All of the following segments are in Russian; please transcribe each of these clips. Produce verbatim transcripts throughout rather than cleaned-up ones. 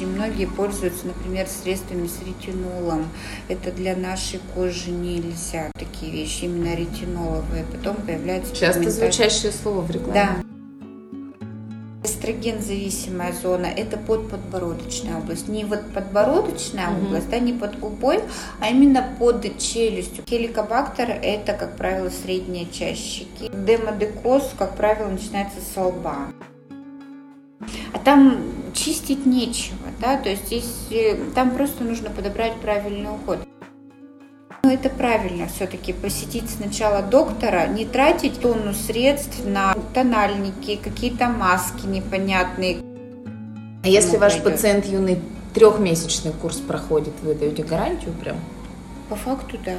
очень многие пользуются, например, средствами с ретинолом. Это для нашей кожи нельзя, такие вещи, именно ретиноловые. Потом появляются... Часто звучащее слово в рекламе. Да. Эстроген-зависимая зона – это подподбородочная область. Не вот подбородочная mm-hmm. область, да, не под губой, а именно под челюстью. Хеликобактер – это, как правило, средняя часть щеки. Демодекоз, как правило, начинается с лба. А там чистить нечего, да, то есть здесь, там просто нужно подобрать правильный уход. Но это правильно все-таки посетить сначала доктора, не тратить тонну средств на тональники, какие-то маски непонятные. А если ваш пойдет. Пациент юный трехмесячный курс проходит, вы даете гарантию прям? По факту, да.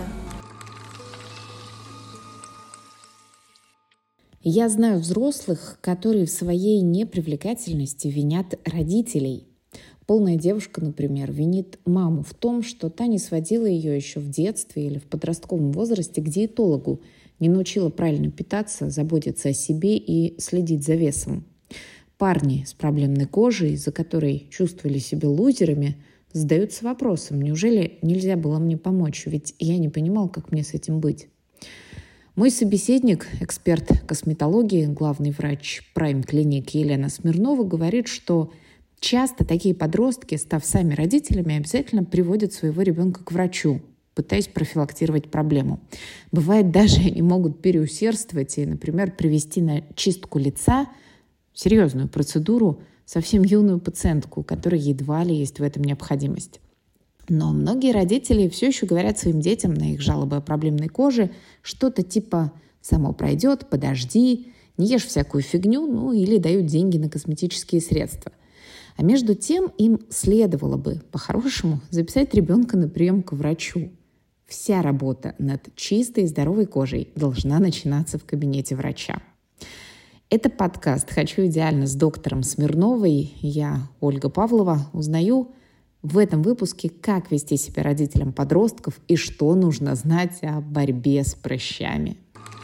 Я знаю взрослых, которые в своей непривлекательности винят родителей. Полная девушка, например, винит маму в том, что та не сводила ее еще в детстве или в подростковом возрасте к диетологу, не научила правильно питаться, заботиться о себе и следить за весом. Парни с проблемной кожей, из-за которой чувствовали себя лузерами, задаются вопросом: неужели нельзя было мне помочь, ведь я не понимал, как мне с этим быть. Мой собеседник, эксперт косметологии, главный врач Prime Clinic Елена Смирнова, говорит, что часто такие подростки, став сами родителями, обязательно приводят своего ребенка к врачу, пытаясь профилактировать проблему. Бывает, даже они могут переусердствовать и, например, привести на чистку лица, серьезную процедуру, совсем юную пациентку, у которой едва ли есть в этом необходимость. Но многие родители все еще говорят своим детям на их жалобы о проблемной коже что-то типа «само пройдет, подожди», «не ешь всякую фигню», ну или дают деньги на косметические средства. А между тем им следовало бы, по-хорошему, записать ребенка на прием к врачу. Вся работа над чистой и здоровой кожей должна начинаться в кабинете врача. Это подкаст «Хочу идеально» с доктором Смирновой. Я, Ольга Павлова, узнаю в этом выпуске, как вести себя родителям подростков и что нужно знать о борьбе с прыщами.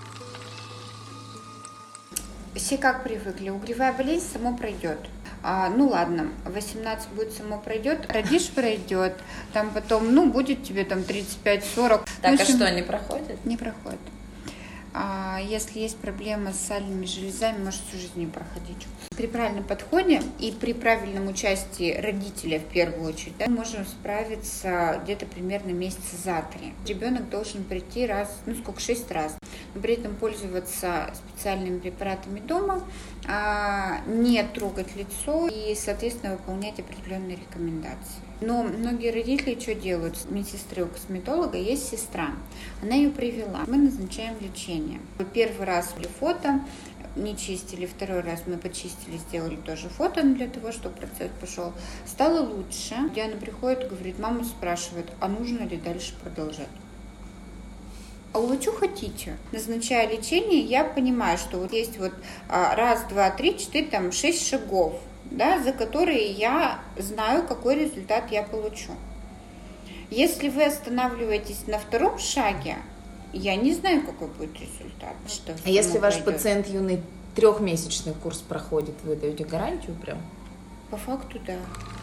Все как привыкли, угревая болезнь само пройдет. А, ну ладно, восемнадцать будет само пройдет, родишь пройдет, там потом, ну, будет тебе там тридцать пять сорок. Так, ну, а что, не проходит? Не проходит. А если есть проблема с сальными железами, может всю жизнь не проходить. При правильном подходе и при правильном участии родителя в первую очередь, да, мы можем справиться где-то примерно месяца за три. Ребенок должен прийти раз, ну сколько, шесть раз, но при этом пользоваться специальными препаратами дома, а, не трогать лицо и, соответственно, выполнять определенные рекомендации. Но многие родители что делают? Медсестры у косметолога есть сестра. Она ее привела. Мы назначаем лечение. Первый раз были фото, не чистили. Второй раз мы почистили, сделали тоже фото для того, чтобы процесс пошел. Стало лучше. Диана приходит и говорит, мама спрашивает, а нужно ли дальше продолжать? А вы что хотите? Назначая лечение, я понимаю, что вот есть вот раз, два, три, четыре, там шесть шагов, да, за которые я знаю, какой результат я получу. Если вы останавливаетесь на втором шаге, я не знаю, какой будет результат. Что а если ваш пройдет. Пациент юный трехмесячный курс проходит, вы даете гарантию прям? По факту, да.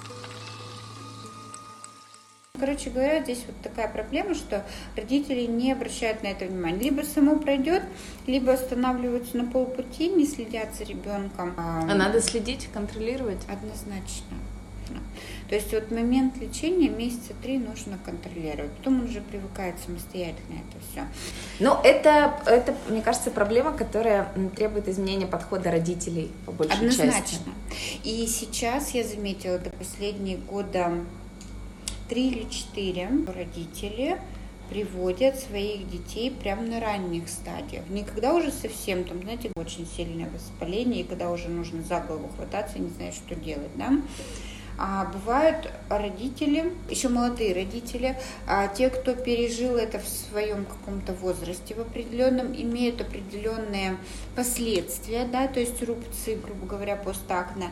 Короче говоря, здесь вот такая проблема, что родители не обращают на это внимания. Либо само пройдет, либо останавливаются на полпути, не следят за ребенком. А надо следить, контролировать? Однозначно. То есть вот момент лечения месяца три нужно контролировать. Потом он уже привыкает самостоятельно это все. Ну, это, это, мне кажется, проблема, которая требует изменения подхода родителей по большей Однозначно. части. И сейчас я заметила, до последние года три или четыре родители приводят своих детей прямо на ранних стадиях. Не когда уже совсем, там, знаете, очень сильное воспаление, и когда уже нужно за голову хвататься и не знать, что делать, да. А бывают родители, еще молодые родители, а те, кто пережил это в своем каком-то возрасте, в определенном, имеют определенные последствия, да, то есть рубцы, грубо говоря, постакне.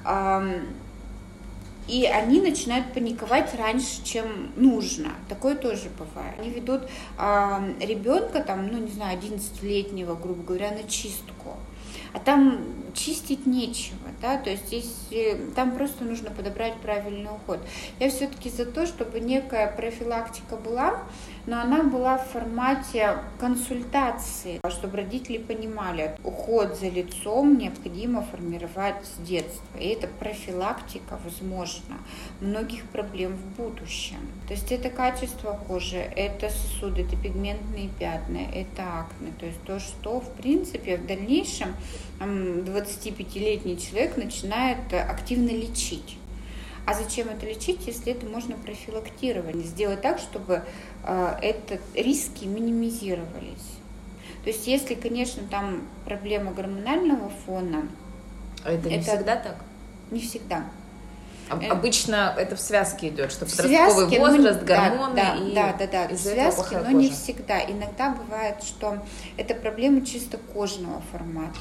И они начинают паниковать раньше, чем нужно. Такое тоже бывает. Они ведут э, ребенка, там, ну не знаю, одиннадцатилетнего, грубо говоря, на чистку. А там чистить нечего, да, то есть здесь там просто нужно подобрать правильный уход. Я все-таки за то, чтобы некая профилактика была, но она была в формате консультации, чтобы родители понимали, уход за лицом необходимо формировать с детства. И это профилактика, возможно, многих проблем в будущем. То есть это качество кожи, это сосуды, это пигментные пятна, это акне. То есть то, что в принципе в дальнейшем двадцатипятилетний человек начинает активно лечить. А зачем это лечить, если это можно профилактировать? Сделать так, чтобы э, это, риски минимизировались. То есть если, конечно, там проблема гормонального фона... А это не это всегда так? Не всегда. Об, э, обычно это в связке идет, что подростковый связке, возраст, ну, гормоны да, и да, да, да, в связке, но кожа. Не всегда. Иногда бывает, что это проблема чисто кожного формата.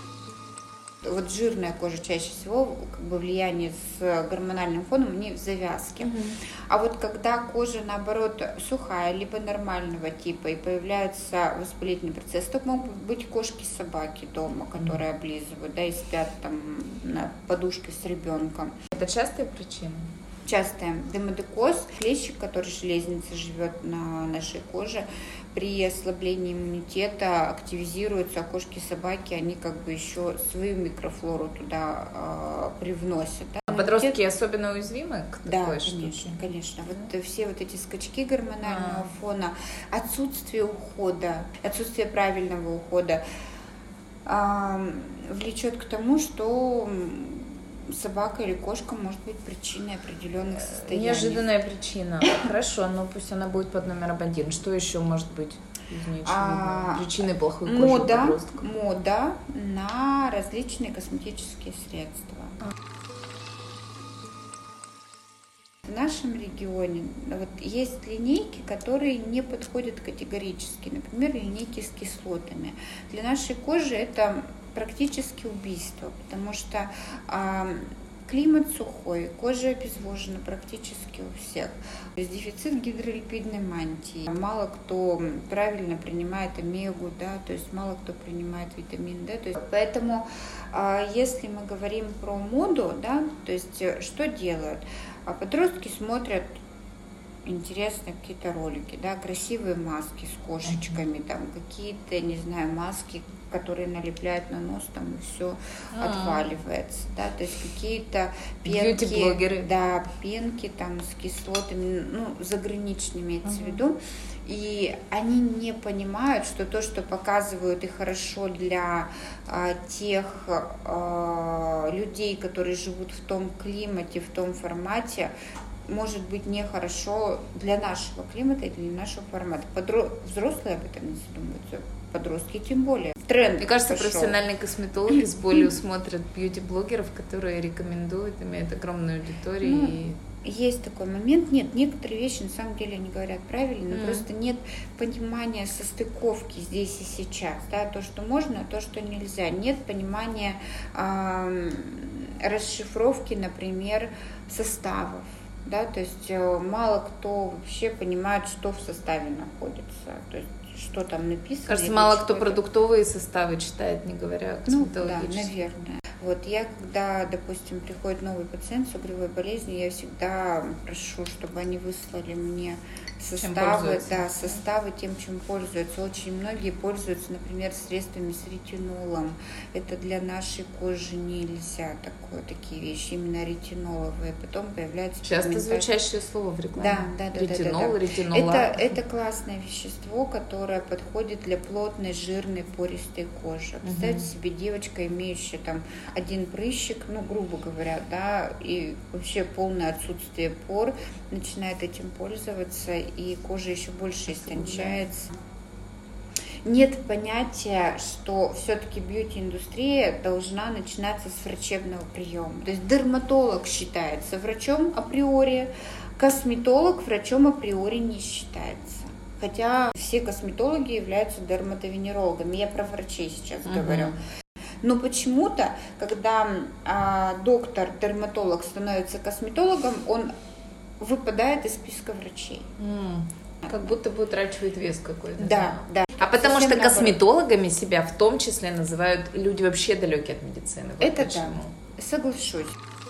Вот жирная кожа чаще всего, как бы влияние с гормональным фоном, не в завязке. Угу. А вот когда кожа, наоборот, сухая, либо нормального типа, и появляется воспалительный процесс, то могут быть кошки-собаки дома, которые угу. облизывают, да, и спят там на подушке с ребенком. Это частая причина? Частая. Демодекоз, клещик, который железница живет на нашей коже, при ослаблении иммунитета активизируются, а кошки-собаки, они как бы еще свою микрофлору туда э, привносят. Да? А подростки особенно уязвимы к да, такой конечно, штуке? конечно. Вот все вот эти скачки гормонального а. фона, отсутствие ухода, отсутствие правильного ухода э, влечет к тому, что собака или кошка может быть причиной определенных состояний. Неожиданная причина. Хорошо, но пусть она будет под номером один. Что еще может быть а, причиной плохой кожи мода, подростка? Мода на различные косметические средства. В нашем регионе вот есть линейки, которые не подходят категорически. Например, линейки с кислотами. Для нашей кожи это практически убийство, потому что э, климат сухой, кожа обезвожена практически у всех. То есть дефицит гидролипидной мантии. Мало кто правильно принимает омегу, да, то есть мало кто принимает витамин D. То есть, поэтому, э, если мы говорим про моду, да, то есть что делают? Подростки смотрят интересные какие-то ролики, да, красивые маски с кошечками, там какие-то, не знаю, маски, которые налепляют на нос, там и все А-а-а. отваливается, да, то есть какие-то пенки, бьюти-блогеры. Да, пенки там с кислотами, ну, заграничными имеется в виду, и они не понимают, что то, что показывают и хорошо для а, тех а, людей, которые живут в том климате, в том формате, может быть нехорошо для нашего климата и для нашего формата. Подро... Взрослые об этом не задумываются, подростки тем более. Тренд Мне кажется, пошел. Профессиональные косметологи с болью смотрят бьюти-блогеров, которые рекомендуют, имеют огромную аудиторию. Ну, и... Есть такой момент. Нет, некоторые вещи на самом деле они говорят правильно, но mm. просто нет понимания состыковки здесь и сейчас. Да, то, что можно, то, что нельзя. Нет понимания э, расшифровки, например, составов. Да, то есть мало кто вообще понимает, что в составе находится, то есть что там написано. Кажется, мало кто продуктовые составы читает, не говоря о косметологических. Ну, да, наверное. Вот я, когда, допустим, приходит новый пациент с угревой болезнью, я всегда прошу, чтобы они выслали мне составы, да, составы тем, чем пользуются. Очень многие пользуются, например, средствами с ретинолом. Это для нашей кожи нельзя, такое, такие вещи, именно ретиноловые. Потом появляется... Часто звучащее слово в рекламе. Да, да, да. Ретинол, да, да, да. ретинола. Это, это классное вещество, которое подходит для плотной, жирной, пористой кожи. Представьте угу. себе девочка, имеющая там один прыщик, ну, грубо говоря, да, и вообще полное отсутствие пор, начинает этим пользоваться, и кожа еще больше истончается. Нет понятия, что все-таки бьюти-индустрия должна начинаться с врачебного приема. То есть дерматолог считается врачом априори, косметолог врачом априори не считается. Хотя все косметологи являются дерматовенерологами. Я про врачей сейчас uh-huh. говорю. Но почему-то, когда а, доктор-дерматолог становится косметологом, он выпадает из списка врачей. Mm. Как будто бы утрачивает вес какой-то. Да, да. А потому Совсем что косметологами себя в том числе называют люди вообще далекие от медицины. Вот это почему. Да, соглашусь.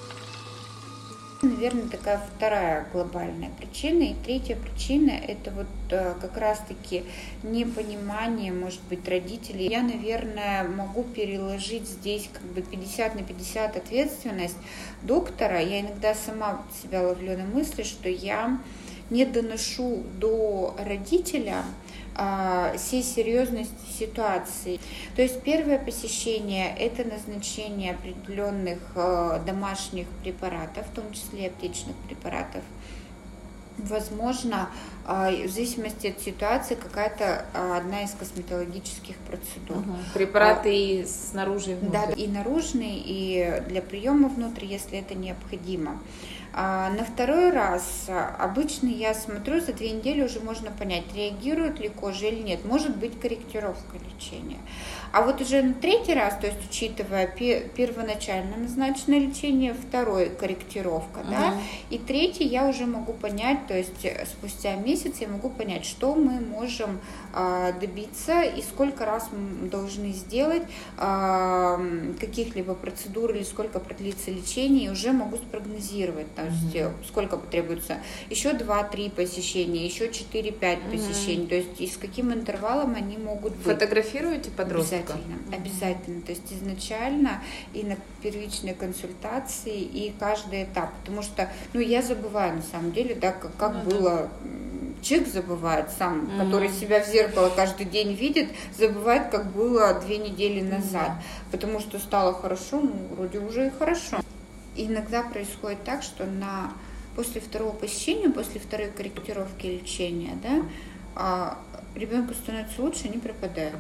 Наверное, такая вторая глобальная причина. И третья причина – это вот как раз-таки непонимание, может быть, родителей. Я, наверное, могу переложить здесь как бы пятьдесят на пятьдесят ответственность доктора. Я иногда сама себя ловлю на мысли, что я не доношу до родителя всей серьезности ситуации. То есть первое посещение – это назначение определенных домашних препаратов, в том числе аптечных препаратов. Возможно, в зависимости от ситуации, какая-то одна из косметологических процедур. Угу. Препараты а, и снаружи, и внутрь. Да, и наружные, и для приема внутрь, если это необходимо. А на второй раз обычно я смотрю, за две недели уже можно понять, реагирует ли кожа или нет. Может быть корректировка лечения. А вот уже на третий раз, то есть учитывая первоначально назначенное лечение, второй корректировка, uh-huh. да, и третий я уже могу понять, то есть спустя месяц я могу понять, что мы можем а, добиться и сколько раз мы должны сделать а, каких-либо процедур или сколько продлится лечение, и уже могу спрогнозировать, то есть uh-huh. сколько потребуется еще два-три посещения, еще четыре-пять uh-huh. посещений, то есть и с каким интервалом они могут быть. Фотографируете подростка? Обязательно, обязательно. То есть изначально и на первичной консультации, и каждый этап. Потому что, ну, я забываю на самом деле, да, как, как mm-hmm. было. Человек забывает сам, mm-hmm. который себя в зеркало каждый день видит, забывает, как было две недели назад. Mm-hmm. Потому что стало хорошо, ну, вроде уже и хорошо. И иногда происходит так, что на, после второго посещения, после второй корректировки лечения, да, а, ребенку становится лучше, они пропадают.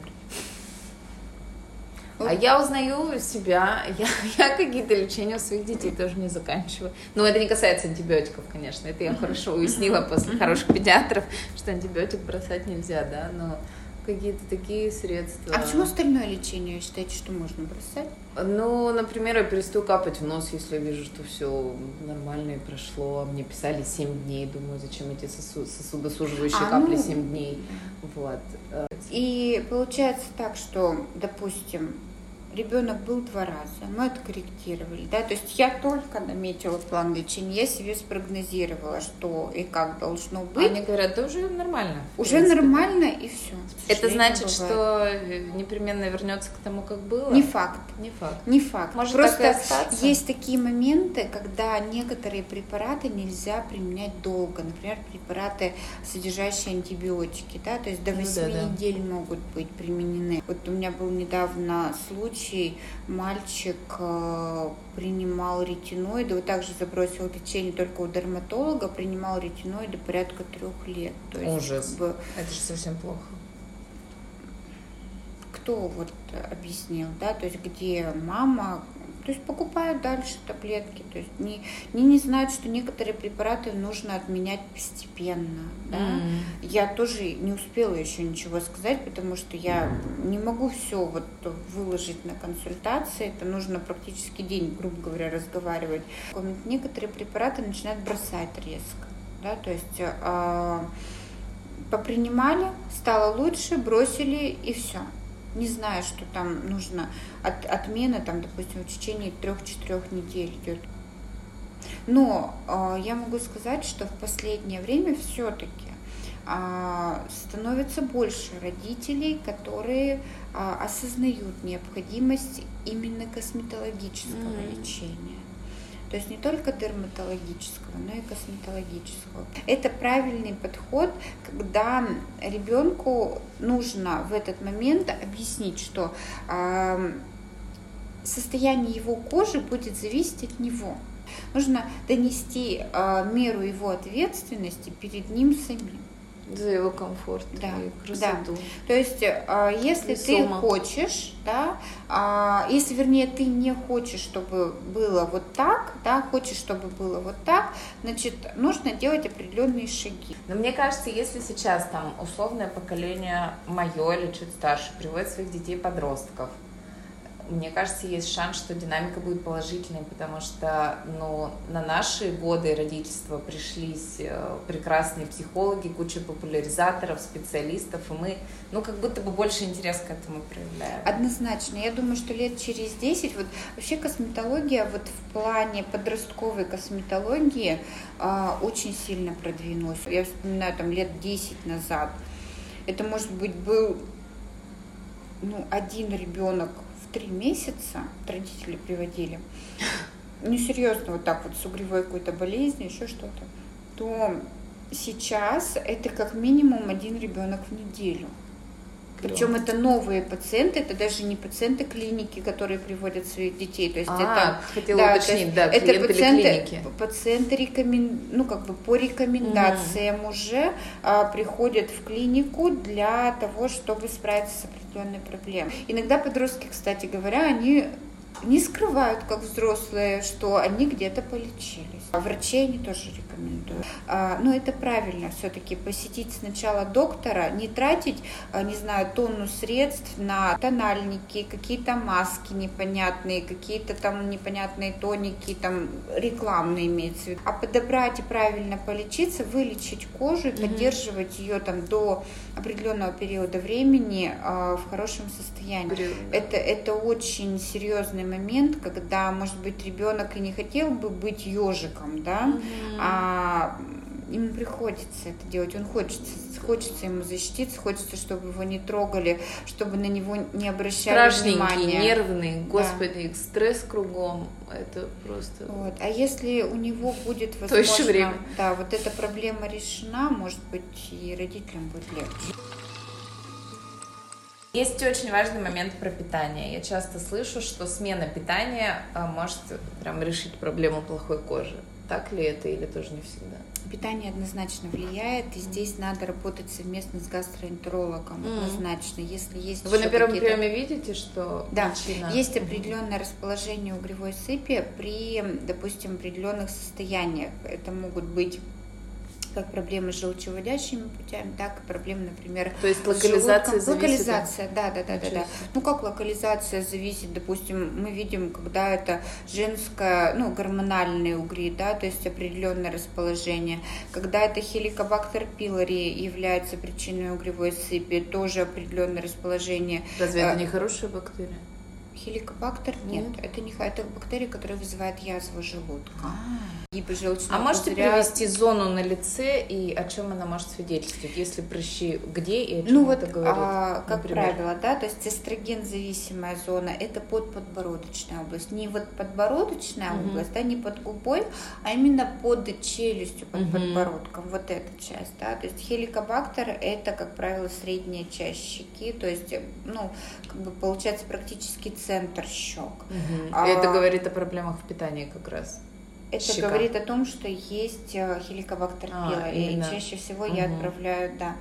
А я узнаю себя, я, я какие-то лечения у своих детей тоже не заканчиваю. Но это не касается антибиотиков, конечно. Это я хорошо уяснила после хороших педиатров, что антибиотик бросать нельзя, да, но какие-то такие средства. А почему остальное лечение считаете, что можно бросать? Ну, например, я перестаю капать в нос, если я вижу, что все нормально и прошло. Мне писали семь дней, думаю, зачем эти сосуд, сосудосуживающие а, капли ну... семь дней. Вот. И получается так, что, допустим, ребенок был два раза, мы откорректировали, да, то есть я только наметила план лечения, я себе спрогнозировала, что и как должно быть. Они говорят, да уже нормально. Уже принципе, нормально и все. Это значит, что непременно вернется к тому, как было? Не факт. Не факт. Не факт. Может, просто есть такие моменты, когда некоторые препараты нельзя применять долго, например, препараты, содержащие антибиотики, да, то есть до восьми ну, да, да. недель могут быть применены. Вот у меня был недавно случай, мальчик э, принимал ретиноиды, вот также забросил лечение только у дерматолога, принимал ретиноиды порядка трех лет. То есть, ужас. Как бы, это же совсем плохо. Кто вот объяснил, да, то есть где мама, то есть покупают дальше таблетки, то есть не, не, не знают, что некоторые препараты нужно отменять постепенно, да. Mm. Я тоже не успела еще ничего сказать, потому что я не могу все вот выложить на консультации, это нужно практически день, грубо говоря, разговаривать. Некоторые препараты начинают бросать резко, да, то есть э, попринимали, стало лучше, бросили и все. Не знаю, что там нужно от, отмена, там, допустим, в течение трех-четырех недель идет. Но э, я могу сказать, что в последнее время все-таки э, становится больше родителей, которые э, осознают необходимость именно косметологического mm-hmm. лечения. То есть не только дерматологического, но и косметологического. Это правильный подход, когда ребенку нужно в этот момент объяснить, что э, состояние его кожи будет зависеть от него. Нужно донести э, меру его ответственности перед ним самим. За его комфорт, да, и красоту. Да. То есть, если ты хочешь, да, если, вернее, ты не хочешь, чтобы было вот так, да, хочешь, чтобы было вот так, значит, нужно делать определенные шаги. Но мне кажется, если сейчас там условное поколение мое или чуть старше приводит своих детей-подростков, мне кажется, есть шанс, что динамика будет положительной, потому что, ну, на наши годы родительства пришлись прекрасные психологи, куча популяризаторов, специалистов, и мы, ну, как будто бы больше интерес к этому проявляем. Однозначно. Я думаю, что лет через десять, вот вообще косметология вот в плане подростковой косметологии а, очень сильно продвинулась. Я вспоминаю там лет десять назад. Это, может быть, был ну, один ребенок в три месяца, родители приводили, ну, серьезно, вот так вот, с угревой какой-то болезнью, еще что-то, то сейчас это как минимум один ребенок в неделю. Причем это новые пациенты, это даже не пациенты клиники, которые приводят своих детей. То есть а, это, хотела да, уточнить, да, это клиенты пациенты, или клиники. Пациенты рекомен... ну, как бы по рекомендациям mm. уже а, приходят в клинику для того, чтобы справиться с определенной проблемой. Иногда подростки, кстати говоря, они не скрывают, как взрослые, что они где-то полечились. А врачей они тоже рекомендуют. А, но это правильно все-таки посетить сначала доктора, не тратить, не знаю, тонну средств на тональники, какие-то маски непонятные, какие-то там непонятные тоники, там рекламные имеется в виду, а подобрать и правильно полечиться, вылечить кожу и mm-hmm. поддерживать ее там до определенного периода времени а, в хорошем состоянии. Mm-hmm. Это, это очень серьезный момент, когда, может быть, ребенок и не хотел бы быть ежиком, да, mm-hmm. а ему приходится это делать, он хочется, хочется ему защититься, хочется, чтобы его не трогали, чтобы на него не обращали внимания. Страшненький, нервный, господи, да. Стресс кругом, это просто... Вот. А если у него будет возможно, да, вот эта проблема решена, может быть, и родителям будет легче. Есть очень важный момент про питание. Я часто слышу, что смена питания может прям решить проблему плохой кожи. Так ли это или тоже не всегда? Питание однозначно влияет, и здесь надо работать совместно с гастроэнтерологом, mm. однозначно. Если есть Вы на первом приеме видите, что да, причина? Есть определенное расположение угревой сыпи при, допустим, определенных состояниях. Это могут быть как проблемы с желчевыводящими путями, так и проблемы, например, то есть локализация зависит? Локализация, да, да, да, да, да. Ну как локализация зависит, допустим, мы видим, когда это женское, ну, гормональные угри, да, то есть определенное расположение. Когда это хеликобактер пилори является причиной угревой сыпи, тоже определенное расположение. Разве это не хорошая бактерия? Хеликобактер? Нет, Нет, это не это бактерия, которая вызывает язву желудка. Либо желчного а можете пузыря. привести зону на лице и о чем она может свидетельствовать, если прыщи где и о чем ну, это вот, говорит? А, как например? правило, да, то есть эстроген-зависимая зона – это подподбородочная область. Не вот подбородочная uh-huh. область, да, не под губой, а именно под челюстью, под uh-huh. подбородком, вот эта часть, да. То есть хеликобактер – это, как правило, средняя часть щеки, то есть, ну, как бы получается практически центр щек. Uh-huh. А, это говорит о проблемах в питании как раз. Это Щека. говорит о том, что есть хеликобактер пилори. И чаще всего угу. я отправляю да,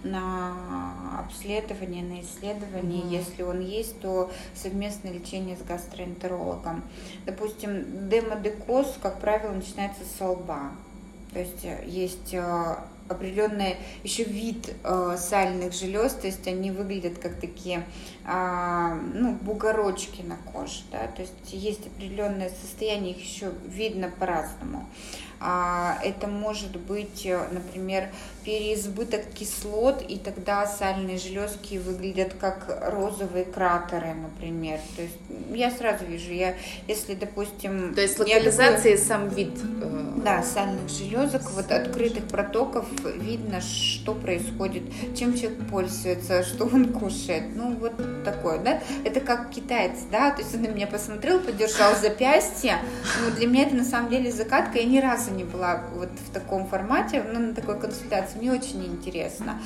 на обследование, на исследование. Угу. Если он есть, то совместное лечение с гастроэнтерологом. Допустим, демодекоз, как правило, начинается с лба. То есть есть определенный еще вид э, сальных желез, то есть они выглядят как такие э, ну, бугорочки на коже, да? То есть есть определенное состояние, их еще видно по-разному. А, это может быть, например, переизбыток кислот, и тогда сальные железки выглядят как розовые кратеры, например. То есть я сразу вижу, я, если, допустим... То есть локализация и сам вид. Да, сальных железок, вот открытых протоков, видно, что происходит, чем человек пользуется, что он кушает. Ну, вот такое, да? Это как китаец, да? То есть он на меня посмотрел, подержал запястье. Ну, для меня это на самом деле загадка. Я ни разу не была вот в таком формате, ну, на такой консультации. Мне очень интересно.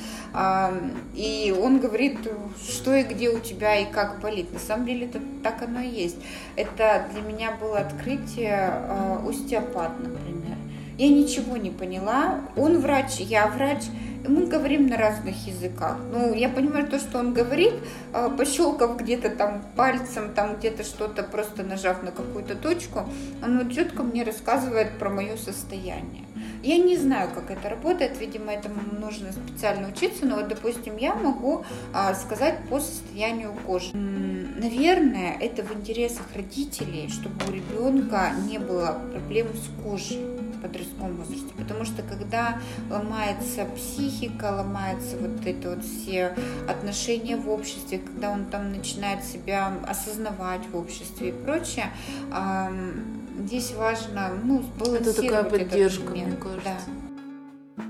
И он говорит, что и где у тебя и как болит. На самом деле это так оно и есть. Это для меня было открытие остеопат, например. Я ничего не поняла. Он врач, я врач. Мы говорим на разных языках. Ну, я понимаю то, что он говорит, пощелкав где-то там пальцем, там где-то что-то, просто нажав на какую-то точку, он вот четко мне рассказывает про мое состояние. Я не знаю, как это работает, видимо, этому нужно специально учиться, но вот, допустим, я могу а, сказать по состоянию кожи. Наверное, это в интересах родителей, чтобы у ребенка не было проблем с кожей в подростковом возрасте, потому что когда ломается психика, ломаются вот это вот все отношения в обществе, когда он там начинает себя осознавать в обществе и прочее, а, здесь важно, ну, сбалансировать это такая поддержка, этот момент. Мне кажется. Да.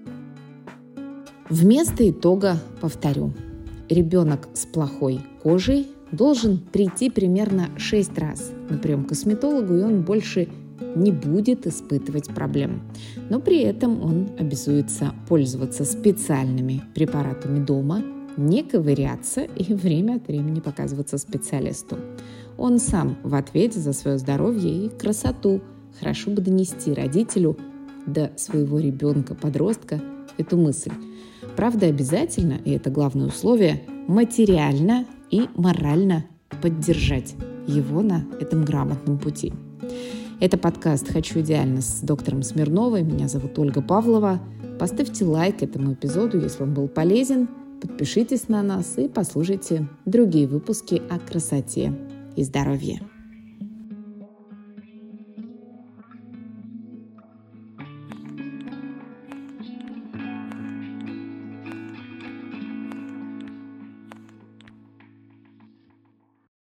Вместо итога повторю. Ребенок с плохой кожей должен прийти примерно шесть раз на прием к косметологу, и он больше не будет испытывать проблем. Но при этом он обязуется пользоваться специальными препаратами дома, не ковыряться и время от времени показываться специалисту. Он сам в ответе за свое здоровье и красоту. Хорошо бы донести родителю до своего ребенка-подростка эту мысль. Правда, обязательно, и это главное условие, материально и морально поддержать его на этом грамотном пути. Это подкаст «Хочу идеально» с доктором Смирновой. Меня зовут Ольга Павлова. Поставьте лайк этому эпизоду, если он был полезен. Подпишитесь на нас и послушайте другие выпуски о красоте и здоровье.